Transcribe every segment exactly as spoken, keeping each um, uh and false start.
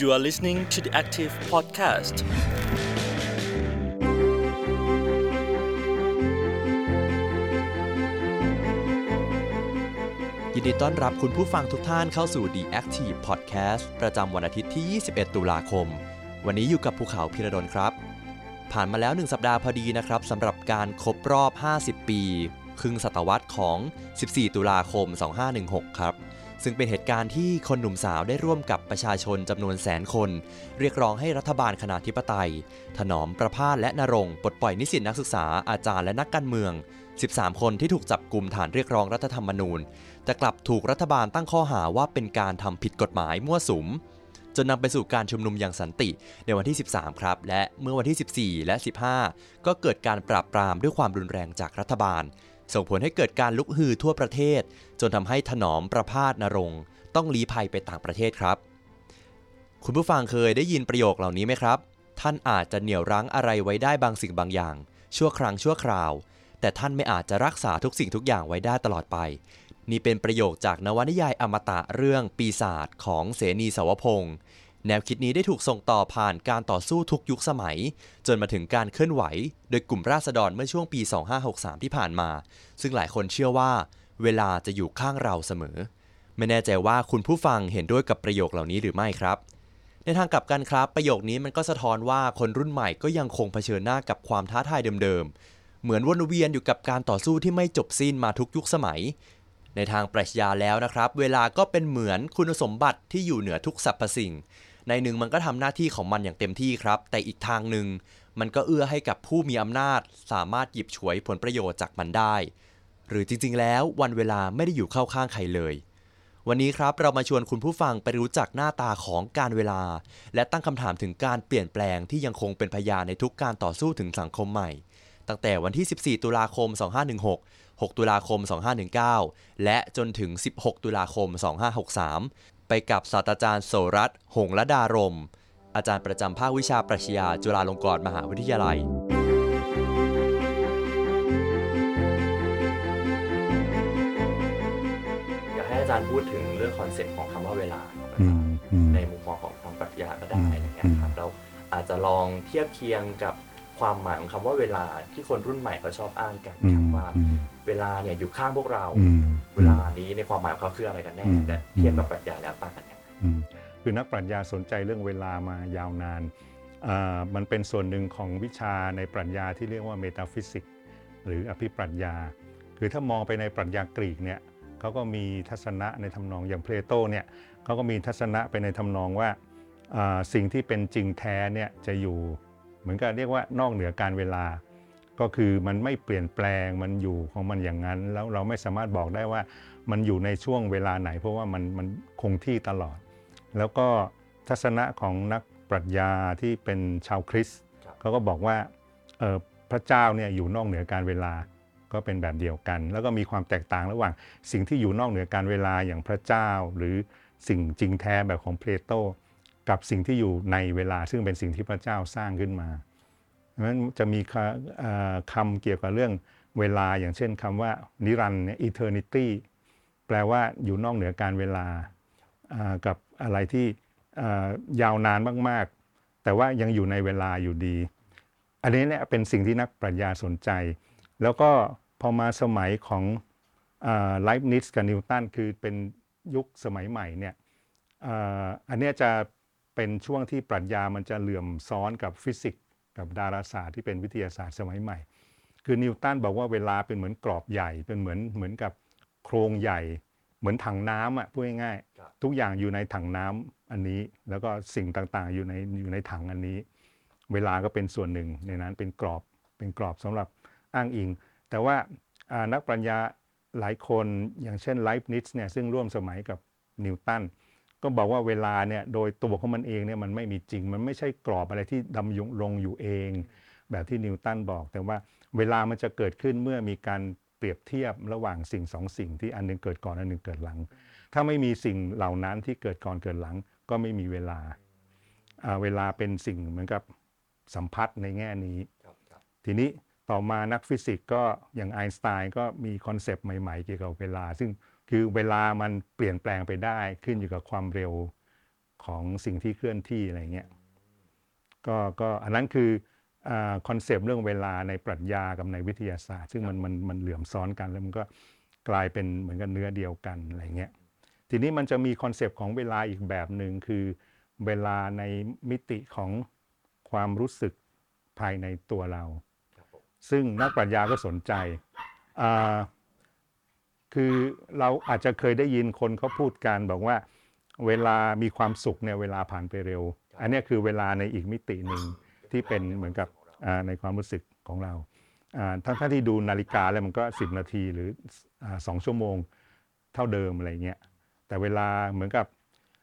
You are listening to the Active Podcast. ยินดีต้อนรับคุณผู้ฟังทุกท่านเข้าสู่ The Active Podcast ประจำวันอาทิตย์ที่ ยี่สิบเอ็ด ตุลาคม วันนี้อยู่กับภูเขาพิรดลครับ ผ่านมาแล้วหนึ่งสัปดาห์พอดีนะครับสำหรับการครบรอบ ห้าสิบ ปีครึ่งศตวรรษของ สิบสี่ ตุลาคม สองพันห้าร้อยสิบหก ครับซึ่งเป็นเหตุการณ์ที่คนหนุ่มสาวได้ร่วมกับประชาชนจำนวนแสนคนเรียกร้องให้รัฐบาลคณาธิปไตยถนอมประพาสและณรงค์ปลดปล่อยนิสิตนักศึกษาอาจารย์และนักการเมืองสิบสามคนที่ถูกจับกุมฐานเรียกร้องรัฐธรรมนูญแต่กลับถูกรัฐบาลตั้งข้อหาว่าเป็นการทำผิดกฎหมายมั่วสุมจนนำไปสู่การชุมนุมอย่างสันติในวันที่สิบสามครับและเมื่อวันที่สิบสี่และสิบห้าก็เกิดการปราบปรามด้วยความรุนแรงจากรัฐบาลส่งผลให้เกิดการลุกฮือทั่วประเทศจนทำให้ถนอมประพาสณรงค์ต้องลี้ภัยไปต่างประเทศครับคุณผู้ฟังเคยได้ยินประโยคเหล่านี้ไหมครับท่านอาจจะเหนี่ยวรั้งอะไรไว้ได้บางสิ่งบางอย่างชั่วครั้งชั่วคราวแต่ท่านไม่อาจจะรักษาทุกสิ่งทุกอย่างไว้ได้ตลอดไปนี่เป็นประโยคจากนวนิยายอมตะเรื่องปีศาจของเสนีสาวพงษ์แนวคิดนี้ได้ถูกส่งต่อผ่านการต่อสู้ทุกยุคสมัยจนมาถึงการเคลื่อนไหวโดยกลุ่มราษฎรเมื่อช่วงปีสองพันห้าร้อยหกสิบสามที่ผ่านมาซึ่งหลายคนเชื่อว่าเวลาจะอยู่ข้างเราเสมอไม่แน่ใจว่าคุณผู้ฟังเห็นด้วยกับประโยคเหล่านี้หรือไม่ครับในทางกลับกันครับประโยคนี้มันก็สะท้อนว่าคนรุ่นใหม่ก็ยังคงเผชิญหน้ากับความท้าทายเดิมๆเหมือนวนเวียนอยู่กับการต่อสู้ที่ไม่จบสิ้นมาทุกยุคสมัยในทางปรัชญาแล้วนะครับเวลาก็เป็นเหมือนคุณสมบัติที่อยู่เหนือทุกสรรพสิ่งในหนึ่งมันก็ทำหน้าที่ของมันอย่างเต็มที่ครับแต่อีกทางหนึ่งมันก็เอื้อให้กับผู้มีอำนาจสามารถหยิบฉวยผลประโยชน์จากมันได้หรือจริงๆแล้ววันเวลาไม่ได้อยู่เข้าข้างใครเลยวันนี้ครับเรามาชวนคุณผู้ฟังไปรู้จักหน้าตาของการเวลาและตั้งคำถามถึงการเปลี่ยนแปลงที่ยังคงเป็นพยานในทุกการต่อสู้ถึงสังคมใหม่ตั้งแต่วันที่สิบสี่ตุลาคมสองพันห้าร้อยสิบหก หกตุลาคมสองพันห้าร้อยสิบเก้าและจนถึงสิบหกตุลาคมสองพันห้าร้อยหกสิบสามไปกับศาสตราจารย์โสรัตน์ หงส์ลดารมณ์อาจารย์ประจำภาควิชาปรัชญาจุฬาลงกรณ์มหาวิทยาลัยอยากให้อาจารย์พูดถึงเรื่องคอนเซ็ปต์ของคำว่าเวลาในมุมมองของทางปรัชญาก็ได้นะครับเราอาจจะลองเทียบเคียงกับความหมายของคำว่าเวลาที่คนรุ่นใหม่เขาชอบอ้างกันว่าเวลาเนี่ยอยู่ข้างพวกเราเวลานี้ในความหมายของเขาคืออะไรกันแน่แต่เทียบกับปรัชญาแล้วต่างกันยังไงคือนักปรัชญาสนใจเรื่องเวลามายาวนานมันเป็นส่วนหนึ่งของวิชาในปรัชญาที่เรียกว่าเมตาฟิสิกส์หรืออภิปรัชญาคือถ้ามองไปในปรัชญากรีกเนี่ยเขาก็มีทัศนะในทำนองอย่างเพลโตเนี่ยเขาก็มีทัศนะไปในทำนองว่าสิ่งที่เป็นจริงแท้เนี่ยจะอยู่เหมือนกับเรียกว่านอกเหนือการเวลาก็คือมันไม่เปลี่ยนแปลงมันอยู่ของมันอย่างนั้นแล้วเราไม่สามารถบอกได้ว่ามันอยู่ในช่วงเวลาไหนเพราะว่ามันมันคงที่ตลอดแล้วก็ทัศนะของนักปรัชญาที่เป็นชาวคริสต์เขาก็บอกว่าพระเจ้าเนี่ยอยู่นอกเหนือการเวลาก็เป็นแบบเดียวกันแล้วก็มีความแตกต่างระหว่างสิ่งที่อยู่นอกเหนือการเวลาอย่างพระเจ้าหรือสิ่งจริงแท้แบบของเพลโตกับสิ่งที่อยู่ในเวลาซึ่งเป็นสิ่งที่พระเจ้าสร้างขึ้นมาเพราะฉะนั้นจะมีคำเกี่ยวกับเรื่องเวลาอย่างเช่นคำว่านิรันดร์เนี่ย eternity แปลว่าอยู่นอกเหนือการเวลากับอะไรที่ยาวนานมากๆแต่ว่ายังอยู่ในเวลาอยู่ดีอันนี้เนี่ยเป็นสิ่งที่นักปรัชญาสนใจแล้วก็พอมาสมัยของไลฟ์นิชกับนิวตันคือเป็นยุคสมัยใหม่เนี่ยอันนี้จะเป็นช่วงที่ปรัชญามันจะเหลื่อมซ้อนกับฟิสิกส์กับดาราศาสตร์ที่เป็นวิทยาศาสตร์สมัยใหม่คือนิวตันบอกว่าเวลาเป็นเหมือนกรอบใหญ่เป็นเหมือนเหมือนกับโครงใหญ่เหมือนถังน้ำอ่ะพูดง่ายๆทุกอย่างอยู่ในถังน้ำอันนี้แล้วก็สิ่งต่างๆอยู่ในอยู่ในถังอันนี้เวลาก็เป็นส่วนหนึ่งในนั้นเป็นกรอบเป็นกรอบสำหรับอ้างอิงแต่ว่านักปรัชญาหลายคนอย่างเช่นไลฟ์นิชเนี่ยซึ่งร่วมสมัยกับนิวตันก็บอกว่าเวลาเนี่ยโดยตัวของมันเองเนี่ยมันไม่มีจริงมันไม่ใช่กรอบอะไรที่ดำรงอยู่เองแบบที่นิวตันบอกแต่ว่าเวลามันจะเกิดขึ้นเมื่อมีการเปรียบเทียบระหว่างสิ่งสองสิ่งที่อันนึงเกิดก่อนอันนึงเกิดหลังถ้าไม่มีสิ่งเหล่านั้นที่เกิดก่อนเกิดหลังก็ไม่มีเวลาเวลาเป็นสิ่งเหมือนกับสัมพัทธ์ในแง่นี้ทีนี้ต่อมานักฟิสิกส์ก็อย่างไอน์สไตน์ก็มีคอนเซปต์ใหม่ๆเกี่ยวกับเวลาซึ่งคือเวลามันเปลี่ยนแปลงไปได้ขึ้นอยู่กับความเร็วของสิ่งที่เคลื่อนที่อะไรเงี้ยก็ก็อันนั้นคือคอนเซปต์เรื่องเวลาในปรัชญากับในวิทยาศาสตร์ซึ่งมันมันมันเหลื่อมซ้อนกันแล้วมันก็กลายเป็นเหมือนกันเนื้อเดียวกันอะไรเงี้ยทีนี้มันจะมีคอนเซปต์ของเวลาอีกแบบหนึ่งคือเวลาในมิติของความรู้สึกภายในตัวเราซึ่งนักปรัชญาก็สนใจคือเราอาจจะเคยได้ยินคนเขาพูดกันบอกว่าเวลามีความสุขเนี่ยเวลาผ่านไปเร็วอันนี้คือเวลาในอีกมิติหนึ่งที่เป็นเหมือนกับในความรู้สึกของเราทั้งท่านที่ดูนาฬิกาแล้วมันก็สิบนาทีหรือสองชั่วโมงเท่าเดิมอะไรเงี้ยแต่เวลาเหมือนกับ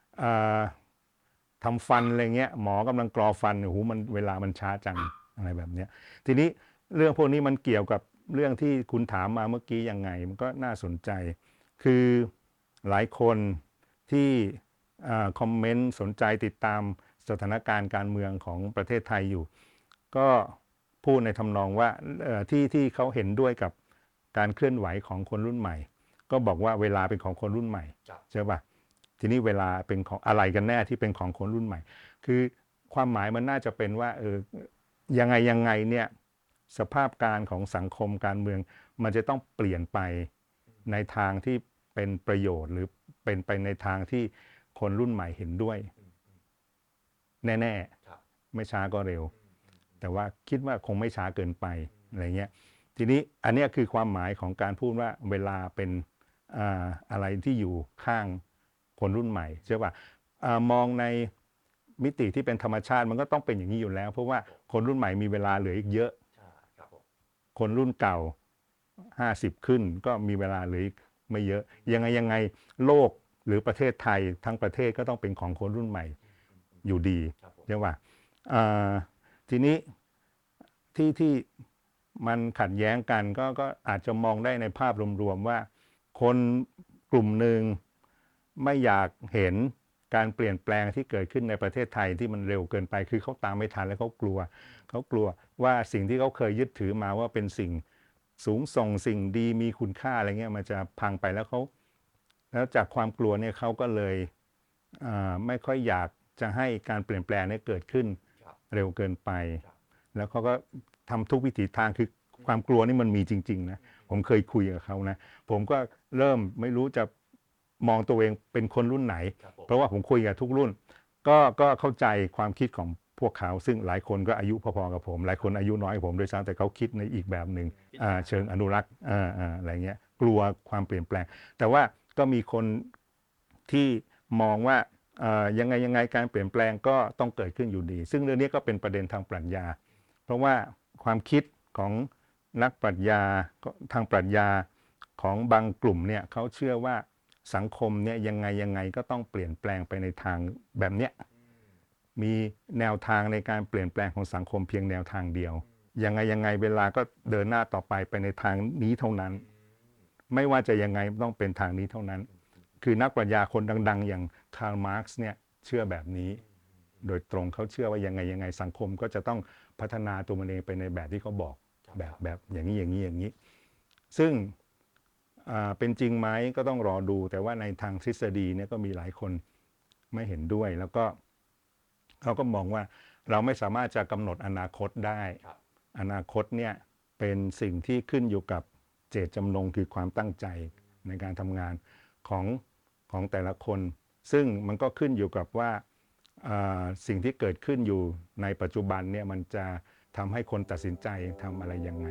ทำฟันอะไรเงี้ยหมอกำลังกรอฟันโอ้โหมันเวลามันช้าจังอะไรแบบนี้ทีนี้เรื่องพวกนี้มันเกี่ยวกับเรื่องที่คุณถามมาเมื่อกี้ยังไงมันก็น่าสนใจคือหลายคนที่คอมเมนต์สนใจติดตามสถานการณ์การเมืองของประเทศไทยอยู่ก็พูดในทำนองว่าที่ที่เขาเห็นด้วยกับการเคลื่อนไหวของคนรุ่นใหม่ก็บอกว่าเวลาเป็นของคนรุ่นใหม่ใช่ป่ะทีนี้เวลาเป็นของอะไรกันแน่ที่เป็นของคนรุ่นใหม่คือความหมายมันน่าจะเป็นว่าเออยังไงยังไงเนี่ยสภาพการของสังคมการเมืองมันจะต้องเปลี่ยนไปในทางที่เป็นประโยชน์หรือเป็นไปในทางที่คนรุ่นใหม่เห็นด้วยแน่ๆไม่ช้าก็เร็วแต่ว่าคิดว่าคงไม่ช้าเกินไปอะไรเงี้ยทีนี้อันนี้คือความหมายของการพูดว่าเวลาเป็นอ่าอะไรที่อยู่ข้างคนรุ่นใหม่ใช่ป่ะอ่ามองในมิติที่เป็นธรรมชาติมันก็ต้องเป็นอย่างนี้อยู่แล้วเพราะว่าคนรุ่นใหม่มีเวลาเหลืออีกเยอะคนรุ่นเก่าห้าสิบขึ้นก็มีเวลาเหลืออีกไม่เยอะยังไงยังไงโลกหรือประเทศไทยทั้งประเทศก็ต้องเป็นของคนรุ่นใหม่อยู่ดีใช่ป่ะทีนี้ที่ที่มันขัดแย้งกันก็ก็อาจจะมองได้ในภาพรวมๆว่าคนกลุ่มหนึ่งไม่อยากเห็นการเปลี่ยนแปลงที่เกิดขึ้นในประเทศไทยที่มันเร็วเกินไปคือเขาตามไม่ทันแล้วเขากลัวเขากลัวว่าสิ่งที่เขาเคยยึดถือมาว่าเป็นสิ่งสูงส่งสิ่งดีมีคุณค่าอะไรเงี้ยมันจะพังไปแล้วเขาแล้วจากความกลัวเนี่ยเขาก็เลยไม่ค่อยอยากจะให้การเปลี่ยนแปลงนี้เกิดขึ้นเร็วเกินไปแล้วเขาก็ทำทุกวิถีทางคือความกลัวนี่มันมีจริงๆนะผมเคยคุยกับเขานะผมก็เริ่มไม่รู้จะมองตัวเองเป็นคนรุ่นไหนเพราะว่าผมคุยกับทุกรุ่นก็ก็เข้าใจความคิดของพวกเขาซึ่งหลายคนก็อายุพอๆกับผมหลายคนอายุน้อยกว่าผมด้วยซ้ำแต่เขาคิดในอีกแบบหนึ่งเชิงอนุรักษ์อะไรเงี้ยกลัวความเปลี่ยนแปลงแต่ว่าก็มีคนที่มองว่ายังไงยังไงการเปลี่ยนแปลงก็ต้องเกิดขึ้นอยู่ดีซึ่งเรื่องนี้ก็เป็นประเด็นทางปรัชญาเพราะว่าความคิดของนักปรัชญาทางปรัชญาของบางกลุ่มเนี่ยเขาเชื่อว่าสังคมเนี่ยยังไงยังไงก็ต้องเปลี่ยนแปลงไปในทางแบบเนี้ยมีแนวทางในการเปลี่ยนแปลงของสังคมเพียงแนวทางเดียวยังไงยังไงเวลาก็เดินหน้าต่อไปไปในทางนี้เท่านั้นไม่ว่าจะยังไงต้องเป็นทางนี้เท่านั้นคือนักปรัชญาคนดังๆอย่างคาร์ล มาร์กซ์เนี่ยเชื่อแบบนี้โดยตรงเขาเชื่อว่ายังไงยังไงสังคมก็จะต้องพัฒนาตัวมันเองไปในแบบที่เขาบอกแบบแบบอย่างนี้อย่างนี้อย่างนี้ซึ่งเป็นจริงไหมก็ต้องรอดูแต่ว่าในทางทฤษฎีเนี่ยก็มีหลายคนไม่เห็นด้วยแล้วก็เขาก็มองว่าเราไม่สามารถจะกำหนดอนาคตได้อนาคตเนี่ยเป็นสิ่งที่ขึ้นอยู่กับเจตจำนงคือความตั้งใจในการทำงานของของแต่ละคนซึ่งมันก็ขึ้นอยู่กับว่าสิ่งที่เกิดขึ้นอยู่ในปัจจุบันเนี่ยมันจะทำให้คนตัดสินใจทำอะไรยังไง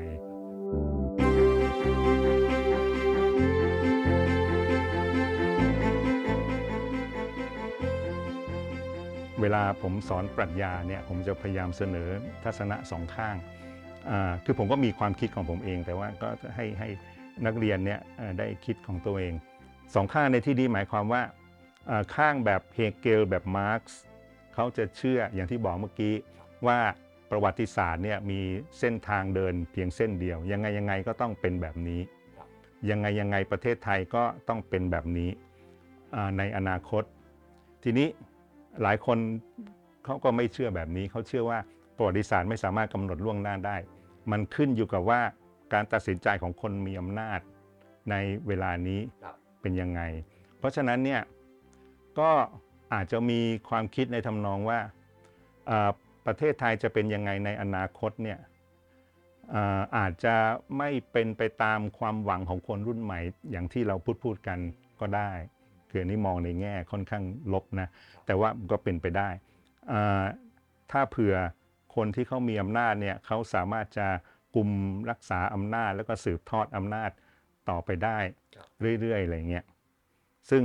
เวลาผมสอนปรัชญาเนี่ยผมจะพยายามเสนอทัศนะสองข้างคือผมก็มีความคิดของผมเองแต่ว่าก็ให้ให้นักเรียนเนี่ยได้คิดของตัวเองสองข้างในที่นี้หมายความว่าข้างแบบเฮเกลแบบมาร์กซ์เขาจะเชื่ออย่างที่บอกเมื่อกี้ว่าประวัติศาสตร์เนี่ยมีเส้นทางเดินเพียงเส้นเดียวยังไงยังไงก็ต้องเป็นแบบนี้ยังไงยังไงประเทศไทยก็ต้องเป็นแบบนี้ในอนาคตทีนี้หลายคนเขาก็ไม่เชื่อแบบนี้เขาเชื่อว่าประวัติศาสตร์ไม่สามารถกำหนดล่วงหน้าได้มันขึ้นอยู่กับว่าการตัดสินใจของคนมีอำนาจในเวลานี้เป็นยังไงเพราะฉะนั้นเนี่ยก็อาจจะมีความคิดในทำนองว่าประเทศไทยจะเป็นยังไงในอนาคตเนี่ยอาจจะไม่เป็นไปตามความหวังของคนรุ่นใหม่อย่างที่เราพูดพูดกันก็ได้คืออันนี้มองในแง่ค่อนข้างลบนะแต่ว่าก็เป็นไปได้ถ้าเผื่อคนที่เขามีอำนาจเนี่ยเขาสามารถจะกุมรักษาอำนาจแล้วก็สืบทอดอำนาจต่อไปได้เรื่อยๆอะไรเงี้ยซึ่ง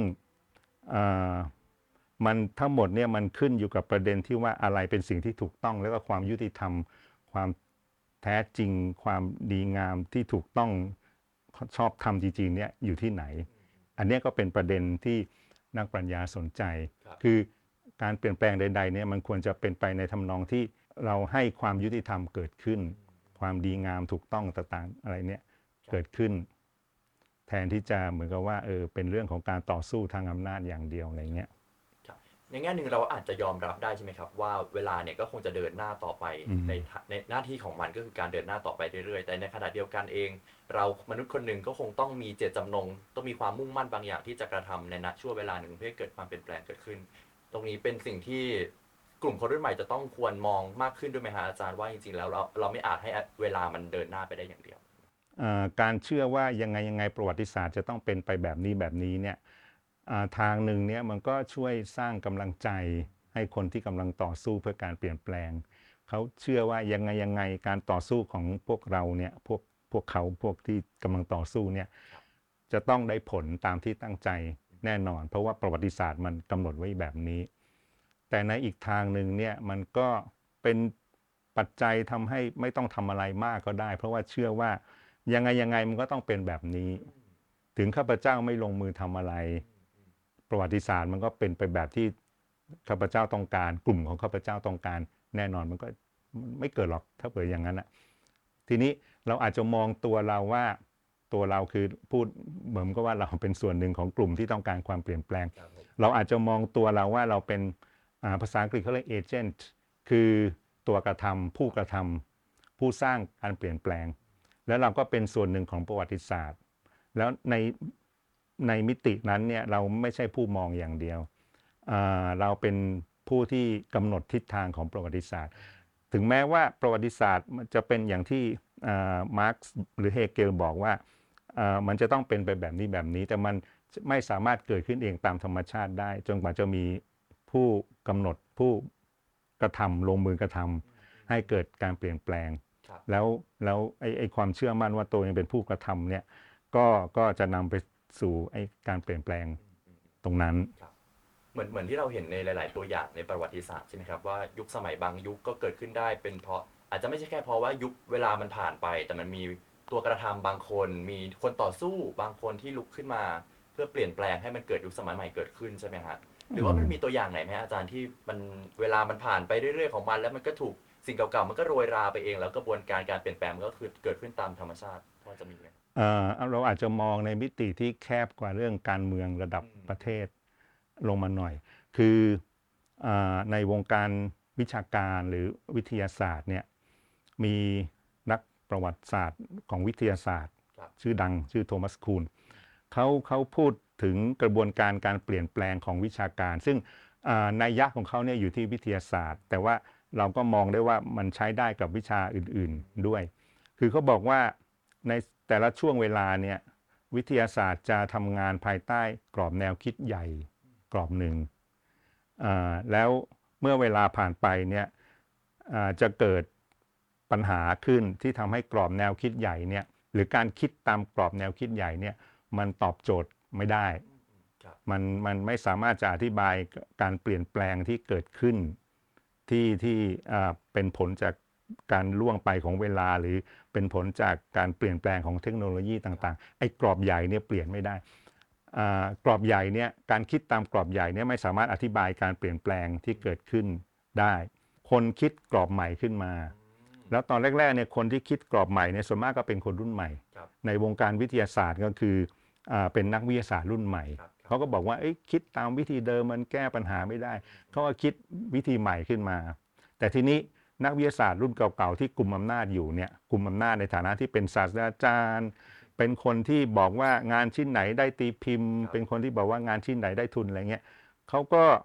มันทั้งหมดเนี่ยมันขึ้นอยู่กับประเด็นที่ว่าอะไรเป็นสิ่งที่ถูกต้องแล้วก็ความยุติธรรมความแท้จริงความดีงามที่ถูกต้องชอบธรรมจริงๆเนี่ยอยู่ที่ไหนอันนี้ก็เป็นประเด็นที่นักปรัชญาสนใจคือการเปลี่ยนแปลงใดๆเนี่ยมันควรจะเป็นไปในทำนองที่เราให้ความยุติธรรมเกิดขึ้นความดีงามถูกต้องต่างๆอะไรเนี่ยเกิดขึ้นแทนที่จะเหมือนกับว่าเออเป็นเรื่องของการต่อสู้ทางอำนาจอย่างเดียวอะไรเงี้ยในแง่หนึ่งเราอาจจะยอมรับได้ใช่ไหมครับว่าเวลาเนี่ยก็คงจะเดินหน้าต่อไปในในหน้าที่ของมันก็คือการเดินหน้าต่อไปเรื่อยๆแต่ในขณะเดียวกันเองเรามนุษย์คนหนึ่งก็คงต้องมีเจตจำนงต้องมีความมุ่งมั่นบางอย่างที่จะกระทำในณช่วงเวลาหนึ่งเพื่อให้เกิดความเปลี่ยนแปลงเกิดขึ้นตรงนี้เป็นสิ่งที่กลุ่มคนรุ่นใหม่จะต้องควรมองมากขึ้นด้วยไหมฮะอาจารย์ว่าจริงๆแล้วเราเราไม่อาจให้เวลามันเดินหน้าไปได้อย่างเดียวการเชื่อว่ายังไงยังไงประวัติศาสตร์จะต้องเป็นไปแบบนี้แบบนี้เนี่ยทางหนึ่งเนี่ยมันก็ช่วยสร้างกำลังใจให้คนที่กำลังต่อสู้เพื่อการเปลี่ยนแปลงเขาเชื่อว่ายังไงยังไงการต่อสู้ของพวกเราเนี่ยพวกพวกเขาพวกที่กำลังต่อสู้เนี่ยจะต้องได้ผลตามที่ตั้งใจแน่นอนเพราะว่าประวัติศาสตร์มันกำหนดไว้แบบนี้แต่ในอีกทางหนึ่งเนี่ยมันก็เป็นปัจจัยทำให้ไม่ต้องทำอะไรมากก็ได้เพราะว่าเชื่อว่ายังไงยังไงมันก็ต้องเป็นแบบนี้ถึงข้าพเจ้าไม่ลงมือทำอะไรประวัติศาสตร์มันก็เป็นไปแบบที่ข้าพเจ้าต้องการกลุ่มของข้าพเจ้าต้องการแน่นอนมันก็ไม่เกิดหรอกถ้าเกิดอย่างนั้นอ่ะทีนี้เราอาจจะมองตัวเราว่าตัวเราคือพูดเหมือนกับว่าเราเป็นส่วนหนึ่งของกลุ่มที่ต้องการความเปลี่ยนแปลงเราอาจจะมองตัวเราว่าเราเป็นภาษาอังกฤษเขาเรียกเอเจนต์คือตัวกระทำผู้กระทำผู้สร้างการเปลี่ยนแปลงแล้วเราก็เป็นส่วนหนึ่งของประวัติศาสตร์แล้วในในมิตินั้นเนี่ยเราไม่ใช่ผู้มองอย่างเดียวเราเป็นผู้ที่กำหนดทิศทางของประวัติศาสตร์ถึงแม้ว่าประวัติศาสตร์มันจะเป็นอย่างที่มาร์กซ์หรือเฮเกลบอกว่ามันจะต้องเป็นไปแบบนี้แบบนี้แต่มันไม่สามารถเกิดขึ้นเองตามธรรมชาติได้จนกว่าจะมีผู้กำหนดผู้กระทำลงมือกระทำให้เกิดการเปลี่ยนแปลงแล้วแล้วไอ้ไอ้ความเชื่อมั่นว่าตัวเองเป็นผู้กระทำเนี่ยก็ก็จะนำไปสู่ไอ้การเปลี่ยนแปลงตรงนั้นเหมือนเหมือนที่เราเห็นในหลายๆตัวอย่างในประวัติศาสตร์ใช่ไหมครับว่ายุคสมัยบางยุคก็เกิดขึ้นได้เป็นเพราะอาจจะไม่ใช่แค่เพราะว่ายุคเวลามันผ่านไปแต่มันมีตัวกระทำบางคนมีคนต่อสู้บางคนที่ลุกขึ้นมาเพื่อเปลี่ยนแปลงให้มันเกิดยุคสมัยใหม่เกิดขึ้นใช่ไหมฮะหรือว่ามันมีตัวอย่างไหนไหมอาจารย์ที่มันเวลามันผ่านไปเรื่อยๆของมันแล้วมันก็ถูกสิ่งเก่าๆมันก็โรยราไปเองแล้วกระบวนการการเปลี่ยนแปลงมันก็คือเกิดขึ้นตามธรรมชาติพอจะมีไหมเอ่อเราอาจจะมองในมิติที่แคบกว่าเรื่องการเมืองระดับประเทศลงมาหน่อยคือในวงการวิชาการหรือวิทยาศาสตร์เนี่ยมีนักประวัติศาสตร์ของวิทยาศาสตร์ชื่อดังชื่อโทมัสคูนเขาเขาพูดถึงกระบวนการการเปลี่ยนแปลงของวิชาการซึ่งนัยยะของเขาเนี่ยอยู่ที่วิทยาศาสตร์แต่ว่าเราก็มองได้ว่ามันใช้ได้กับวิชาอื่นๆด้วยคือเขาบอกว่าในแต่ละช่วงเวลาเนี่ยวิทยาศาสตร์จะทำงานภายใต้กรอบแนวคิดใหญ่กรอบหนึ่งแล้วเมื่อเวลาผ่านไปเนี่ยจะเกิดปัญหาขึ้นที่ทำให้กรอบแนวคิดใหญ่เนี่ยหรือการคิดตามกรอบแนวคิดใหญ่เนี่ยมันตอบโจทย์ไม่ได้มันมันไม่สามารถจะอธิบายการเปลี่ยนแปลงที่เกิดขึ้นที่ที่เป็นผลจากการล่วงไปของเวลาหรือเป็นผลจากการเปลี่ยนแปลงของเทคโนโลยีต่างๆไอ้กรอบใหญ่เนี่ยเปลี่ยนไม่ได้กรอบใหญ่เนี่ยการคิดตามกรอบใหญ่เนี่ยไม่สามารถอธิบายการเปลี่ยนแปลงที่เกิดขึ้นได้คนคิดกรอบใหม่ขึ้นมาแล้วตอนแรกๆเนี่ยคนที่คิดกรอบใหม่เนี่ยส่วนมากก็เป็นคนรุ่นใหม่ในวงการวิทยาศาสตร์ก็คือเป็นนักวิทยาศาสตร์รุ่นใหม่เขาก็บอกว่าคิดตามวิธีเดิมมันแก้ปัญหาไม่ได้เขาก็คิดวิธีใหม่ขึ้นมาแต่ทีนี้นักวิทยาศาสตร์รุ่นเก่าๆที่กุมอำนาจอยู่เนี่ยกุมอำนาจในฐานะที่เป็นศาสตราจารย์เป็นคนที่บอกว่างานชิ้นไหนได้ตีพิมพ์เป็นคนที่บอกว่างานชิ้นไหนได้ทุนอะไรเงี้ยเขาก็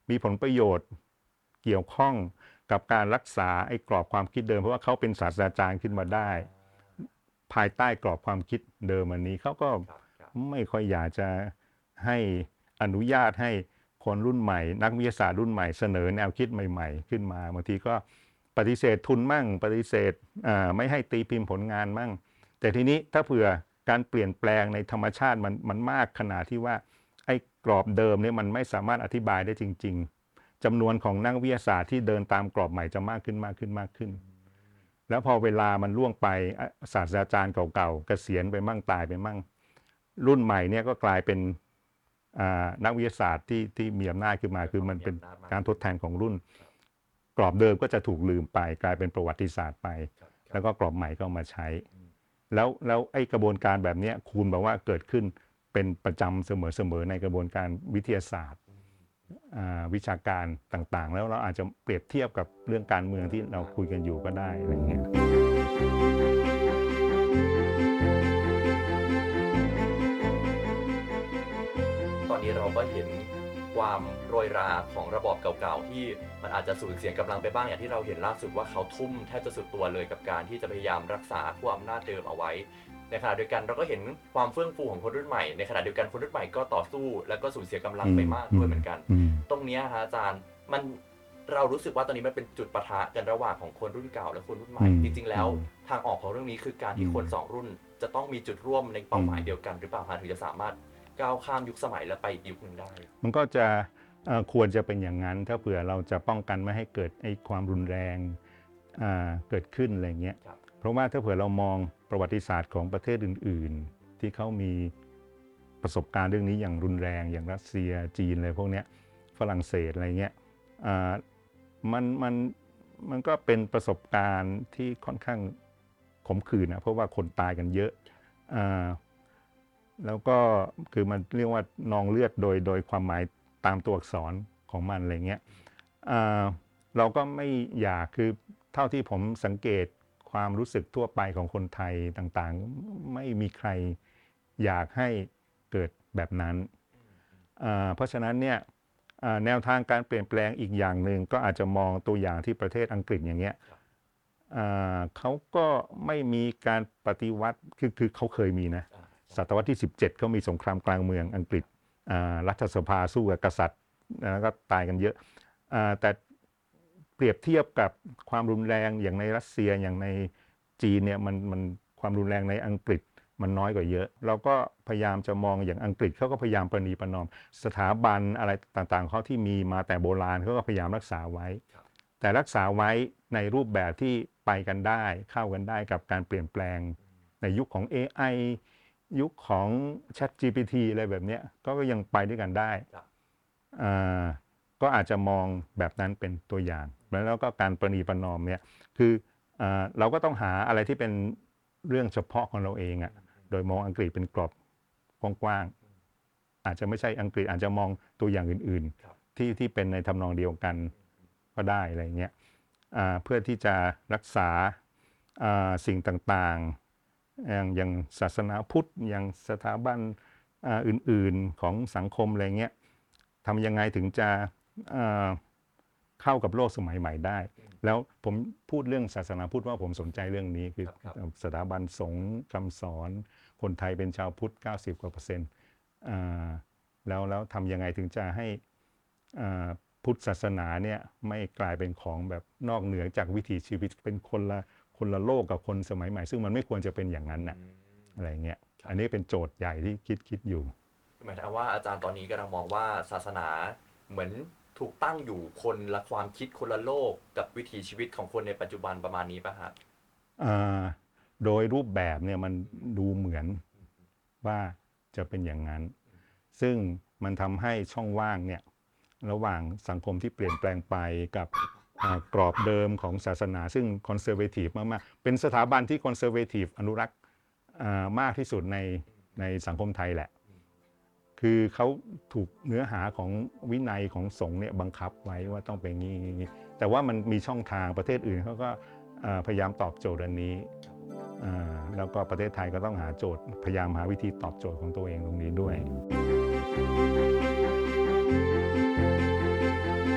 มีผลประโยชน์เกี่ยวข้องกับการรักษาไอ้กรอบความคิดเดิมเพราะว่าเขาเป็นศาสตราจารย์ขึ้นมาได้ ภายใต้กรอบความคิดเดิมอันนี้เขาก็ไม่ค่อยอยากจะให้อนุญาตให้คนรุ่นใหม่ นักวิทยาศาสตร์รุ่นใหม่เสนอแนวคิดใหม่ๆขึ้นมาบางทีก็ปฏิเสธทุนมั่งปฏิเสธไม่ให้ตีพิมพ์ผลงานมั่งแต่ทีนี้ถ้าเผื่อการเปลี่ยนแปลงในธรรมชาติมันมันมากขนาดที่ว่าไอ้กรอบเดิมเนี่ยมันไม่สามารถอธิบายได้จริงๆจำนวนของนักวิทยาศาสตร์ที่เดินตามกรอบใหม่จะมากขึ้นมากขึ้นมากขึ้นแล้วพอเวลามันล่วงไปศาสตราจารย์เก่าๆเกษียณไปมั่งตายไปมั่งรุ่นใหม่เนี่ยก็กลายเป็นนักวิทยาศาสตร์ที่ที่มีอำนาจขึ้นมาคือมันเป็นการทดแทนของรุ่นกรอบเดิมก็จะถูกลืมไปกลายเป็นประวัติศาสตร์ไปแล้วก็กรอบใหม่ก็มาใช้แล้วแล้วไอ้กระบวนการแบบนี้คูณบอกว่าเกิดขึ้นเป็นประจำเสมอๆในกระบวนการวิทยาศาสตร์วิชาการต่างๆแล้วเราอาจจะเปรียบเทียบกับเรื่องการเมืองที่เราคุยกันอยู่ก็ได้อะไรเงี้ยตอนนี้เราก็เห็นความโรยราของระบอบเก่าๆที่มันอาจจะสูญเสียกำลังไปบ้างอย่างที่เราเห็นล่าสุดว่าเขาทุ่มแทบจะสุดตัวเลยกับการที่จะพยายามรักษาขั้วอำนาจเดิมเอาไว้ในขณะเดียวกันเราก็เห็นความเฟื่องฟูของคนรุ่นใหม่ในขณะเดียวกันคนรุ่นใหม่ก็ต่อสู้แล้วก็สูญเสียกำลังไปมากด้วยเหมือนกันตรงนี้ฮะอาจารย์มันเรารู้สึกว่าตอนนี้มันเป็นจุดปะทะกันระหว่างของคนรุ่นเก่าและคนรุ่นใหม่จริงๆแล้วทางออกของเรื่องนี้คือการที่คนสองรุ่นจะต้องมีจุดร่วมในเป้าหมายเดียวกันหรือเปล่าฮะถึงจะสามารถก้าวข้ามยุคสมัยและไปอีกยุคหนึ่งได้มันก็จะควรจะเป็นอย่างนั้นถ้าเผื่อเราจะป้องกันไม่ให้เกิดไอ้ความรุนแรงเกิดขึ้นอะไรเงี้ยเพราะว่าถ้าเผื่อเรามองประวัติศาสตร์ของประเทศอื่นๆที่เขามีประสบการณ์เรื่องนี้อย่างรุนแรงอย่างรัสเซียจีนอะไรพวกนี้ฝรั่งเศสอะไรเงี้ยมันมันมันก็เป็นประสบการณ์ที่ค่อนข้างขมขื่นนะเพราะว่าคนตายกันเยอะแล้วก็คือมันเรียกว่านองเลือดโดยโดยความหมายตามตัวอักษรของมันอะไรเงี้ยเราก็ไม่อยากคือเท่าที่ผมสังเกตความรู้สึกทั่วไปของคนไทยต่างๆไม่มีใครอยากให้เกิดแบบนั้นเพราะฉะนั้นเนี่ยแนวทางการเปลี่ยนแปลงอีกอย่างหนึ่งก็อาจจะมองตัวอย่างที่ประเทศอังกฤษอย่างเงี้ยเขาก็ไม่มีการปฏิวัติคือคือเขาเคยมีนะศตวรรษที่สิบเจ็ดเขามีสงครามกลางเมืองอังกฤษรัฐสภาสู้กับกษัตริย์แล้วก็ตายกันเยอะแต่เปรียบเทียบกับความรุนแรงอย่างในรัสเซียอย่างในจีนเนี่ยมันมันความรุนแรงในอังกฤษมันน้อยกว่าเยอะเราก็พยายามจะมองอย่างอังกฤษเขาก็พยายามประนีประนอมสถาบันอะไรต่างๆเขาที่มีมาแต่โบราณเขาก็พยายามรักษาไว้แต่รักษาไว้ในรูปแบบที่ไปกันได้เข้ากันได้กับการเปลี่ยนแปลงในยุคของ เอ ไอ ยุคของ แชท จี พี ที อะไรแบบนี้ก็ยังไปด้วยกันได้ก็อาจจะมองแบบนั้นเป็นตัวอย่างแล้วก็การประนีประนอมเนี่ยคือเราก็ต้องหาอะไรที่เป็นเรื่องเฉพาะของเราเองอ่ะโดยมองอังกฤษเป็นกรอบกว้างๆอาจจะไม่ใช่อังกฤษอาจจะมองตัวอย่างอื่นๆที่ที่เป็นในทำนองเดียวกันก็ได้อะไรเงี้ยเพื่อที่จะรักษาสิ่งต่างๆอย่างอย่างศาสนาพุทธอย่างสถาบันอื่นๆของสังคมอะไรเงี้ยทำยังไงถึงจะเข้ากับโลกสมัยใหม่ได้แล้วผมพูดเรื่องศาสนาพุทธว่าผมสนใจเรื่องนี้คือสถาบันสงฆ์คำสอนคนไทยเป็นชาวพุทธเก้าสิบกว่าเปอร์เซ็นต์แล้วแล้วทำยังไงถึงจะให้พุทธศาสนาเนี่ยไม่กลายเป็นของแบบนอกเหนือจากวิถีชีวิตเป็นคนละคนละโลกกับคนสมัยใหม่ซึ่งมันไม่ควรจะเป็นอย่างนั้นนะอะไรเงี้ยอันนี้เป็นโจทย์ใหญ่ที่คิดคิดอยู่หมายถึงว่าอาจารย์ตอนนี้กำลังมองว่าศาสนาเหมือนถูกตั้งอยู่คนละความคิดคนละโลกกับวิถีชีวิตของคนในปัจจุบันประมาณนี้ป่ะฮะโดยรูปแบบเนี่ยมันดูเหมือนว่าจะเป็นอย่างนั้นซึ่งมันทำให้ช่องว่างเนี่ยระหว่างสังคมที่เปลี่ยนแปลงไปกับกรอบเดิมของศาสนาซึ่งคอนเซอร์เวทีฟมากๆเป็นสถาบันที่คอนเซอร์เวทีฟอนุรักษ์มากที่สุดในในสังคมไทยแหละคือเขาถูกเนื้อหาของวินัยของสงฆ์เนี่ยบังคับไว้ว่าต้องเป็นงี้งี้แต่ว่ามันมีช่องทางประเทศอื่นเขาก็พยายามตอบโจทย์อันนี้แล้วก็ประเทศไทยก็ต้องหาโจทย์พยายามหาวิธีตอบโจทย์ของตัวเองตรงนี้ด้วย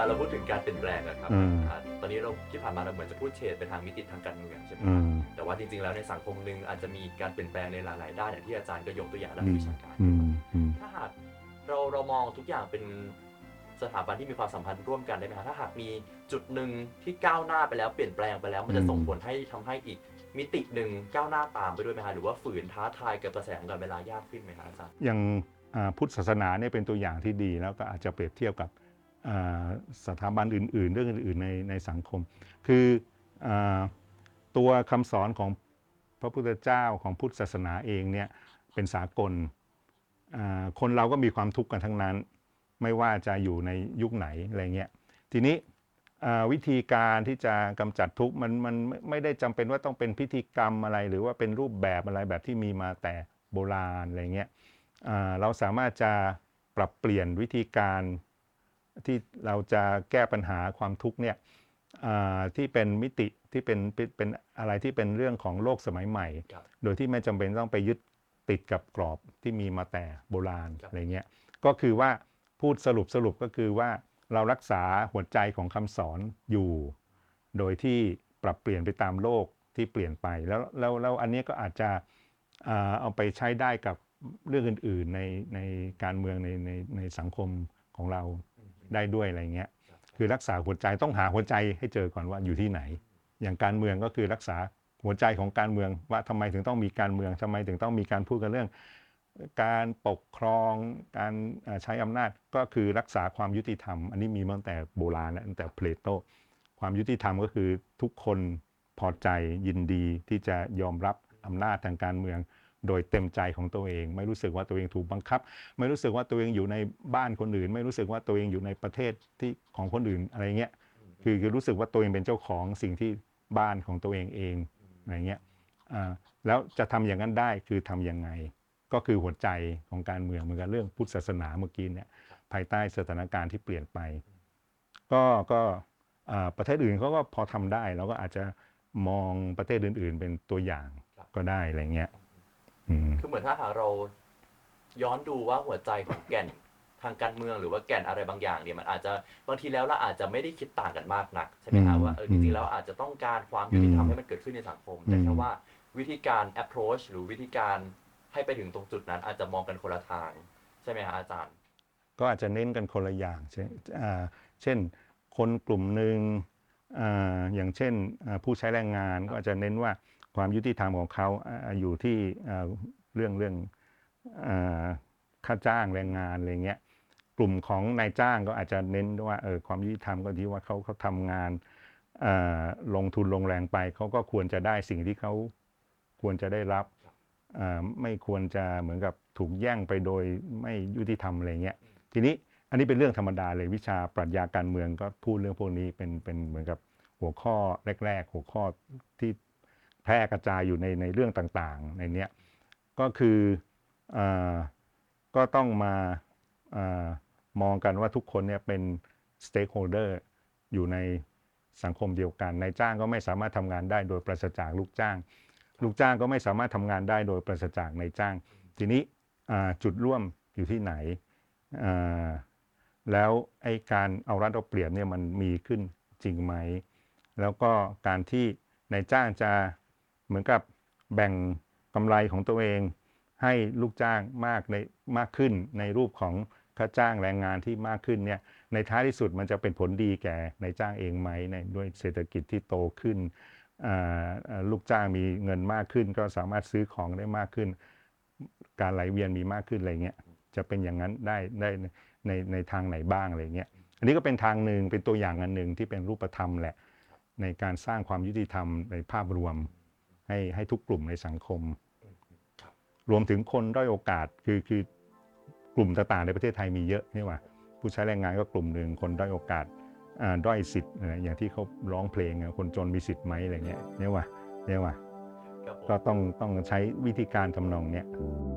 ลาเราพูดถึงการเปลี่ยนแปลงอะครับอืมอ่าตอนนี้เราที่ผ่านมาเราเหมือนจะพูดเฉดไปทางมิติทางการเมืองใช่ไหมอืครับมแต่ว่าจริงๆแล้วในสังคมหนึ่งอาจจะมีการเปลี่ยนแปลงในหลายๆด้านอย่างที่อาจารย์ก็ยกตัวอย่างด้านอืมวิชาการอืมอืมถ้าหากเราเรามองทุกอย่างเป็นสถาบันที่มีความสัมพันธ์ร่วมกันได้ไหมครับถ้าหากมีจุดหนึ่งที่ก้าวหน้าไปแล้วเปลี่ยนแปลงไปแล้วมันจะส่งผลให้ทำให้อีกมิติหนึ่งก้าวหน้าตามไปด้วยไหมครับหรือว่าฝืนท้าทายกับกระแสของการเวลายากขึ้นไหมครับอาจารย์อย่างอ่าพุทธศาสนาเนี่ยเป็นตัวอย่างที่ดีแล้วก็อาจจะเปรียบเทียบกับอ่าสถาบันอื่นๆ เรื่องอื่นๆในในสังคม คืออาตัวคำสอนของพระพุทธเจ้าของพุทธศาสนาเองเนี่ยเป็นสากลอ่าคนเราก็มีความทุกข์กันทั้งนั้น ไม่ว่าจะอยู่ในยุคไหนอะไรเงี้ยทีนี้อ่าวิธีการที่จะกำจัดทุกข์มันมันไม่ไม่ได้จำเป็นว่าต้องเป็นพิธีกรรมอะไร หรือว่าเป็นรูปแบบอะไรแบบที่มีมาแต่โบราณอะไรเงี้ย อ่าเราสามารถจะปรับเปลี่ยนวิธีการที่เราจะแก้ปัญหาความทุกข์เนี่ยอ่าที่เป็นมิติที่เป็นเป็นเป็นอะไรที่เป็นเรื่องของโลกสมัยใหม่ครับโดยที่ไม่จำเป็นต้องไปยึดติดกับกรอบที่มีมาแต่โบราณครับอะไรเงี้ยก็คือว่าพูดสรุปสรุปก็คือว่าเรารักษาหัวใจของคำสอนอยู่ โดยที่ปรับเปลี่ยนไปตามโลกที่เปลี่ยนไปแล้วแล้วแล้วอันนี้ก็อาจจะอ่าเอาไปใช้ได้กับเรื่องอื่นๆในในการเมืองในในในสังคมของเราได้ด้วยอะไรเงี้ยคือรักษาหัวใจต้องหาหัวใจให้เจอก่อนว่าอยู่ที่ไหน อย่างการเมืองก็คือรักษาหัวใจของการเมืองว่าทำไมถึงต้องมีการเมืองทำไมถึงต้องมีการพูดกันเรื่อง การปกครองการเอ่อใช้อำนาจก็คือรักษาความยุติธรรม อันนี้มีมาตั้งแต่โบราณแล้วตั้งแต่เพลโตความยุติธรรมก็คือทุกคนพอใจยินดีที่จะยอมรับอำนาจทางการเมือง โดยเต็มใจของตัวเอง ไม่รู้สึกว่าตัวเองถูกบังคับ ไม่รู้สึกว่าตัวเองอยู่ในบ้านคนอื่น ไม่รู้สึกว่าตัวเองอยู่ในประเทศที่ของคนอื่นอะไรเงี้ยคือคือรู้สึกว่าตัวเองเป็นเจ้าของสิ่งที่บ้านของตัวเองเองอะไรเงี้ยอ่าแล้วจะทำอย่างนั้นได้คือทำยังไง ก็คือหัวใจของการเมืองเหมือนกับเรื่องพุทธศาสนาเมื่อกี้เนี่ยภายใต้สถานการณ์ที่เปลี่ยนไป ก็ก็อ่าประเทศอื่นเขาก็พอทำได้เราก็อาจจะมองประเทศอื่น ๆ เป็นตัวอย่างครับก็ได้อะไรเงี้ยอืมคือเหมือนถ้าหากเราย้อนดูว่าหัวใจของแก่นทางการเมืองหรือว่าแก่นอะไรบางอย่างเนี่ยมันอาจจะบางทีแล้วเราอาจจะไม่ได้คิดต่างกันมากนักใช่ไหมครับอืมว่าเออจริงๆแล้วอาจจะต้องการความยุติธรรมให้มันเกิดขึ้นในสังคม แต่แค่ว่าวิธีการ approach หรือวิธีการให้ไปถึงตรงจุดนั้น อาจจะมองกันคนละทางใช่ไหมครับอาจารย์ก็อาจจะเน้นกันคนละอย่างเช่นอ่าเช่นคนกลุ่มหนึ่งอ่าอย่างเช่นอ่าผู้ใช้แรงงานก็อาจจะเน้นว่าความยุติธรรมของเขาอ่าอยู่ที่อ่าเรื่องเรื่องอ่าค่าจ้างแรงงานอะไรเงี้ยกลุ่มของนายจ้างก็อาจจะเน้นว่าเออความยุติธรรมก็ที่ว่าเขาเขาทำงานอ่าลงทุนลงแรงไปเขาก็ควรจะได้สิ่งที่เขาควรจะได้รับอ่าไม่ควรจะเหมือนกับถูกแย่งไปโดยไม่ยุติธรรมอะไรเงี้ย ทีนี้อันนี้เป็นเรื่องธรรมดาเลยวิชาปรัชญาการเมืองก็พูดเรื่องพวกนี้เป็นเป็นเหมือนกับหัวข้อแรกๆหัวข้อที่แพร่กระจายอยู่ในในเรื่องต่างๆในเนี้ยก็คืออาก็ต้องมาอามองกันว่าทุกคนเนี่ยเป็น stakeholder อยู่ในสังคมเดียวกันนายจ้างก็ไม่สามารถทำงานได้โดยปราศจากลูกจ้าง ลูกจ้างก็ไม่สามารถทำงานได้โดยปราศจากนายจ้าง ทีนี้อ่าจุดร่วมอยู่ที่ไหน อ่าแล้วไอ้การเอารัดเอาเปรียบเนี่ยมันมีขึ้นจริงไหม แล้วก็การที่นายจ้างจะเหมือนกับแบ่งกำไรของตัวเองให้ลูกจ้างมากในมากขึ้นในรูปของค่าจ้างแรงงานที่มากขึ้นเนี่ยในท้ายที่สุดมันจะเป็นผลดีแก่นายจ้างเองไหมในด้วยเศรษฐกิจที่โตขึ้นอ่าอ่าลูกจ้างมีเงินมากขึ้นก็สามารถซื้อของได้มากขึ้น การไหลเวียนมีมากขึ้นอะไรเงี้ยจะเป็นอย่างนั้นได้ได้ในในทางไหนบ้างอะไรเงี้ยอันนี้ก็เป็นทางหนึ่งเป็นตัวอย่างอันหนึ่งที่เป็นรูปธรรมแหละในการสร้างความยุติธรรมในภาพรวมให้ให้ทุกกลุ่มในสังคม รวมถึงคนด้อยโอกาสคือคือกลุ่มต่างๆในประเทศไทยมีเยอะนี่ว่าผู้ใช้แรงงานก็กลุ่มหนึ่งคนด้อยโอกาสอ่าด้อยสิทธิ์อะไรอย่างที่เขาร้องเพลงอะคนจนมีสิทธิ์ไหมอะไรเงี้ยเนี่ยว่าเนี่ยว่าครับผมก็ต้องต้องใช้วิธีการทำนองเนี้ย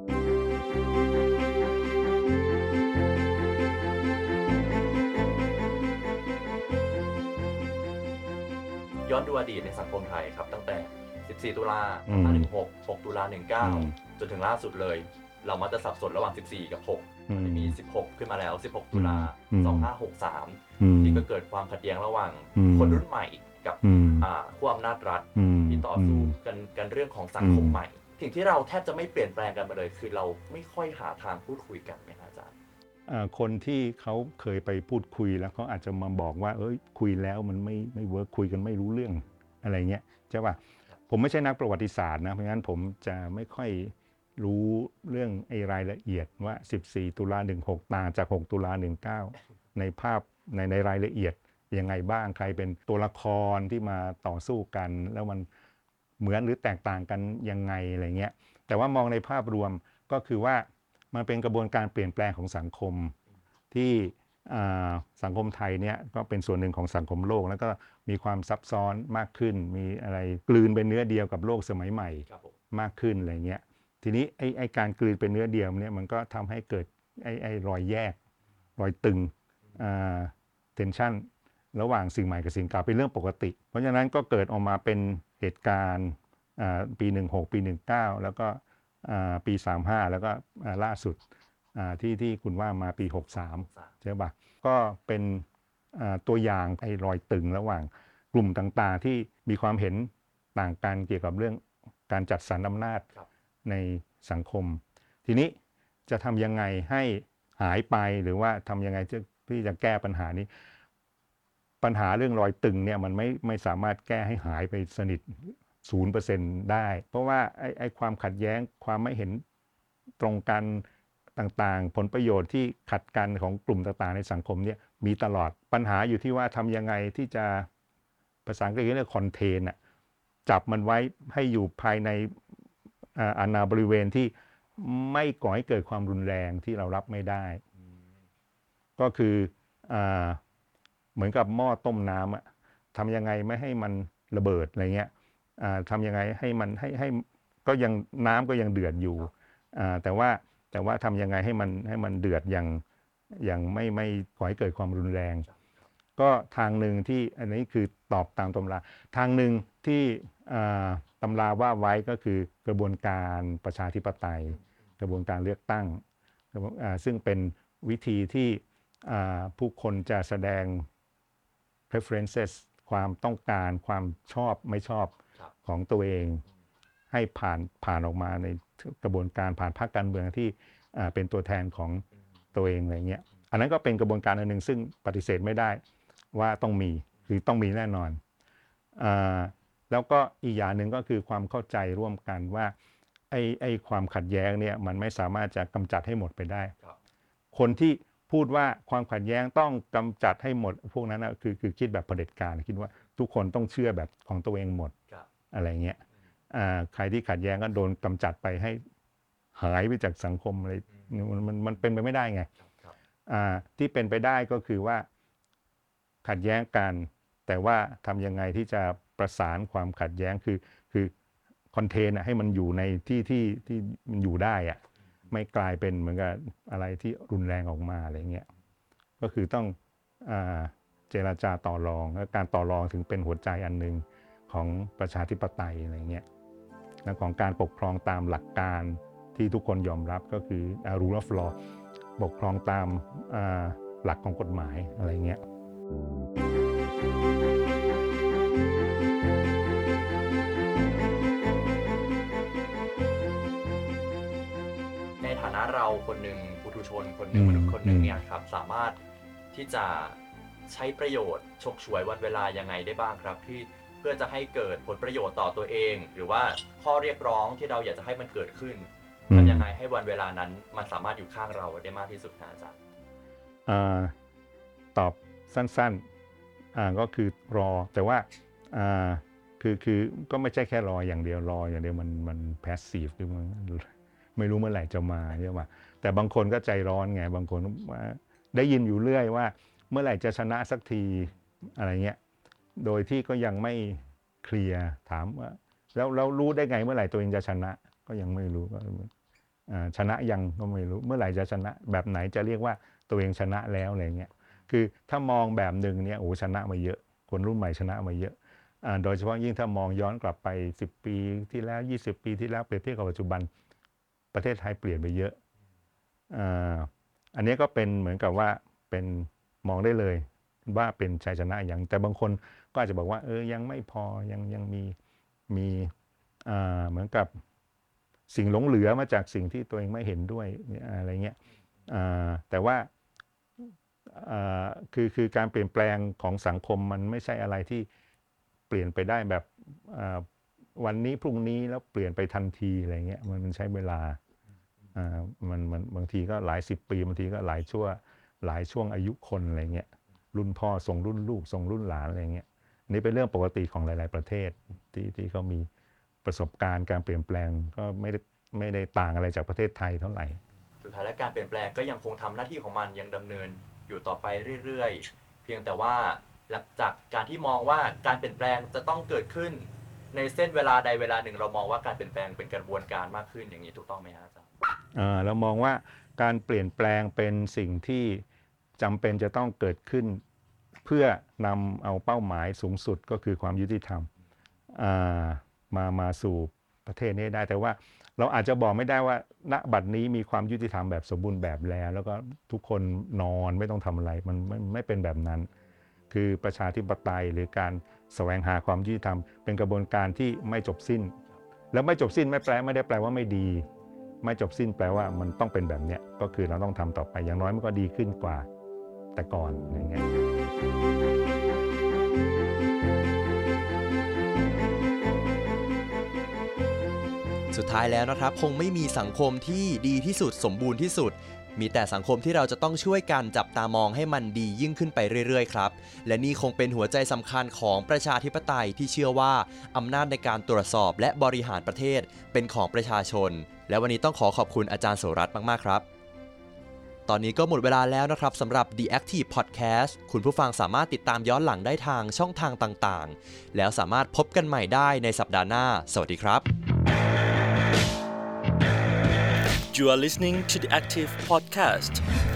ย้อนดูอดีตในสังคมไทยครับตั้งแต่ สิบสี่ ตุลาอืมห้าหนึ่งหก หก ตุลา หนึ่งเก้าอืมจนถึงล่าสุดเลย เรามักจะสับสนระหว่าง สิบสี่ กับ หกอืมมันจะมีสิบหกขึ้นมาแล้วสิบหกตุลาอืมสองห้าหกสามอืมที่ก็เกิดความขัดแย้งระหว่างอืมคนรุ่นใหม่กับอืมอ่าขั้วอำนาจรัฐอืมที่ต่อสู้กันกันเรื่องของสังคมใหม่สิ่งที่เราแทบจะไม่เปลี่ยนแปลงกันมาเลย คือเราไม่ค่อยหาทางพูดคุยกันนะครับอาจารย์อ่าคนที่เขาเคยไปพูดคุยแล้วเขาอาจจะมาบอกว่าเอ้ยคุยแล้วมันไม่ไม่เวิร์คคุยกันไม่รู้เรื่องอะไรเงี้ยใช่ป่ะผมไม่ใช่นักประวัติศาสตร์นะเพราะงั้นผมจะไม่ค่อยรู้เรื่องไอ้รายละเอียดว่าสิบสี่ตุลาสิบหกต่างจากหกตุลาสิบเก้าในภาพในในรายละเอียดยังไงบ้างใครเป็นตัวละครที่มาต่อสู้กัน แล้วมันเหมือนหรือแตกต่างกันยังไงอะไรเงี้ยแต่ว่ามองในภาพรวมก็คือว่ามันเป็นกระบวนการเปลี่ยนแปลงของสังคมที่สังคมไทยเนี่ยก็เป็นส่วนหนึ่งของสังคมโลกแล้วก็มีความซับซ้อนมากขึ้นมีอะไรกลืนเป็นเนื้อเดียวกับโลกสมัยใหม่มากขึ้นอะไรเงี้ยทีนี้ไอ้ไอ้การกลืนเป็นเนื้อเดียวเนี่ยมันก็ทำให้เกิดไอ้ไอ้รอยแยกรอยตึงเทนชันระหว่างสิ่งใหม่กับสิ่งเก่าเป็นเรื่องปกติเพราะฉะนั้นก็เกิดออกมาเป็นเหตุการณ์ปีหนึ่งหกปีหนึ่งเก้าแล้วก็ปีสามห้าแล้วก็ล่าสุดที่ที่คุณว่ามาปีหกสามใช่ป่ะก็เป็นตัวอย่างไอ้รอยตึงระหว่างกลุ่มต่างๆที่มีความเห็นต่างกันเกี่ยวกับเรื่องการจัดสรรอำนาจในสังคมทีนี้จะทำยังไงให้หายไปหรือว่าทำยังไงที่จะแก้ปัญหานี้ปัญหาเรื่องรอยตึงเนี่ยมันไม่ไม่สามารถแก้ให้หายไปสนิทศูนย์เปอร์เซ็นต์ได้เพราะว่าไอ้ไอ้ความขัดแย้งความไม่เห็นตรงกันต่างๆผลประโยชน์ที่ขัดกันของกลุ่มต่างๆในสังคมเนี่ยมีตลอดปัญหาอยู่ที่ว่าทำยังไงที่จะภาษาอังกฤษเรียกคอนเทนอะจับมันไว้ให้อยู่ภายในอาณาบริเวณที่ไม่ก่อให้เกิดความรุนแรงที่เรารับไม่ได้ก็คือเหมือนกับหม้อต้มน้ำอะทำยังไงไม่ให้มันระเบิดอะไรเงี้ยทำยังไงให้มันให้ให้ก็ยังน้ำก็ยังเดือดอยู่แต่ว่าแต่ว่าทำยังไงให้มันให้มันเดือดอย่างอย่างไม่ไม่ก่อให้เกิดความรุนแรงก็ทางหนึ่งที่อันนี้คือตอบตามตำราทางหนึ่งที่ตำราว่าไว้ก็คือกระบวนการประชาธิปไตยกระบวนการเลือกตั้งซึ่งเป็นวิธีที่ผู้คนจะแสดง preferences ความต้องการความชอบไม่ชอบของตัวเองให้ผ่านผ่านออกมาในกระบวนการผ่านพรรคการเมืองที่เป็นตัวแทนของตัวเองอะไรเงี้ยอันนั้นก็เป็นกระบวนการอันหนึ่งซึ่งปฏิเสธไม่ได้ว่าต้องมีคือต้องมีแน่นอนแล้วก็อีกอย่างหนึ่งก็คือความเข้าใจร่วมกันว่าไอ้ไอ้ความขัดแย้งเนี่ยมันไม่สามารถจะกำจัดให้หมดไปได้คนที่พูดว่าความขัดแย้งต้องกำจัดให้หมดพวกนั้นนะคือคือคิดแบบเผด็จการคิดว่าทุกคนต้องเชื่อแบบของตัวเองหมดอะไรเงี้ยใครที่ขัดแย้งก็โดนกำจัดไปให้หายไปจากสังคมอะไรมันมันมันเป็นไปไม่ได้ไงที่เป็นไปได้ก็คือว่าขัดแย้งกันแต่ว่าทำยังไงที่จะประสานความขัดแย้งคือคือคอนเทนให้มันอยู่ในที่ที่ที่มันอยู่ได้อะไม่กลายเป็นเหมือนกับอะไรที่รุนแรงออกมาอะไรเงี้ยก็คือต้องอ่าเจรจาต่อรองและการต่อรองถึงเป็นหัวใจอันหนึ่งของประชาธิปไตยอะไรเงี้ยและของการปกครองตามหลักการที่ทุกคนยอมรับก็คือ rule of law ปกครองตามหลักของกฎหมายอะไรเงี้ยในฐานะเราคนหนึ่งปุถุชนคนหนึ่งมนุษย์คนหนึ่งเนี่ยครับสามารถที่จะใช้ประโยชน์ฉกฉวยวันเวลายังไงได้บ้างครับที่เพื่อจะให้เกิดผลประโยชน์ต่อตัวเองหรือว่าข้อเรียกร้องที่เราอยากจะให้มันเกิดขึ้นทำยังไงให้วันเวลานั้นมันสามารถอยู่ข้างเราได้มากที่สุดนะอาจารย์ตอบสั้นๆก็คือรอแต่ว่าคือคือก็ไม่ใช่แค่รออย่างเดียวรออย่างเดียวมันมันแพสซีฟหรือมันไม่รู้เมื่อไหร่จะมาใช่ไหมแต่บางคนก็ใจร้อนไงบางคนได้ยินอยู่เรื่อยว่าเมื่อไหร่จะชนะสักทีอะไรเงี้ยโดยที่ก็ยังไม่เคลียร์ถามว่าแล้วเรารู้ได้ไงเมื่อไหร่ตัวเองจะชนะก็ยังไม่รู้ว่าชนะยังก็ไม่รู้เมื่อไหร่จะชนะแบบไหนจะเรียกว่าตัวเองชนะแล้วอะไรเงี้ยคือถ้ามองแบบหนึ่งเนี่ยโอ้ชนะมาเยอะคนรุ่นใหม่ชนะมาเยอะโดยเฉพาะยิ่งถ้ามองย้อนกลับไปสิบปีที่แล้วยี่สิบปีที่แล้วเปรียบเทียบกับปัจจุบันประเทศไทยเปลี่ยนไปเยอะอันนี้ก็เป็นเหมือนกับว่าเป็นมองได้เลยว่าเป็นชัยชนะอย่างแต่บางคนก็อาจจะบอกว่าเออยังไม่พอยังยังมีมีอ่าเหมือนกับสิ่งหลงเหลือมาจากสิ่งที่ตัวเองไม่เห็นด้วยอะไรเงี้ยอ่าแต่ว่าอ่าคือคือการเปลี่ยนแปลงของสังคมมันไม่ใช่อะไรที่เปลี่ยนไปได้แบบอ่าวันนี้พรุ่งนี้แล้วเปลี่ยนไปทันทีอะไรเงี้ยมันมันใช้เวลาอ่ามันมันบางทีก็หลายสิบปีบางทีก็หลายชั่วหลายช่วงอายุคนอะไรเงี้ยรุ่นพ่อส่งรุ่นลูกส่งรุ่นหลานอะไรเงี้ยนี่เป็นเรื่องปกติของหลายๆประเทศที่ที่เขามีประสบการณ์การเปลี่ยนแปลงก็ไม่ได้ไม่ได้ต่างอะไรจากประเทศไทยเท่าไหร่สุดท้ายแล้วการเปลี่ยนแปลงก็ยังคงทำหน้าที่ของมันยังดำเนินอยู่ต่อไปเรื่อยๆเพียงแต่ว่าหลังจากการที่มองว่าการเปลี่ยนแปลงจะต้องเกิดขึ้นในเส้นเวลาใดเวลาหนึ่งเรามองว่าการเปลี่ยนแปลงเป็นกระบวนการมากขึ้นอย่างนี้ถูกต้องไหมครับอาจารย์อ่าเรามองว่าการเปลี่ยนแปลงเป็นสิ่งที่จำเป็นจะต้องเกิดขึ้นเพื่อนำเอาเป้าหมายสูงสุดก็คือความยุติธรรมมามาสู่ประเทศนี้ได้แต่ว่าเราอาจจะบอกไม่ได้ว่าณบัดนี้มีความยุติธรรมแบบสมบูรณ์แบบแล้วแล้วก็ทุกคนนอนไม่ต้องทำอะไรมันไม่ไม่เป็นแบบนั้นคือประชาธิปไตยหรือการแสวงหาความยุติธรรมเป็นกระบวนการที่ไม่จบสิ้นแล้วไม่จบสิ้นไม่แปลไม่ได้แปลว่าไม่ดีไม่จบสิ้นแปลว่ามันต้องเป็นแบบนี้ก็คือเราต้องทำต่อไปอย่างน้อยมันก็ดีขึ้นกว่าแต่ก่อนอย่างเงี้ยสุดท้ายแล้วนะครับคงไม่มีสังคมที่ดีที่สุดสมบูรณ์ที่สุดมีแต่สังคมที่เราจะต้องช่วยกันจับตามองให้มันดียิ่งขึ้นไปเรื่อยๆครับและนี่คงเป็นหัวใจสำคัญของประชาธิปไตยที่เชื่อว่าอำนาจในการตรวจสอบและบริหารประเทศเป็นของประชาชนและวันนี้ต้องขอขอบคุณอาจารย์โสรัตน์มากๆครับตอนนี้ก็หมดเวลาแล้วนะครับสำหรับ The Active Podcast คุณผู้ฟังสามารถติดตามย้อนหลังได้ทางช่องทางต่างๆแล้วสามารถพบกันใหม่ได้ในสัปดาห์หน้าสวัสดีครับ You are listening to the Active Podcast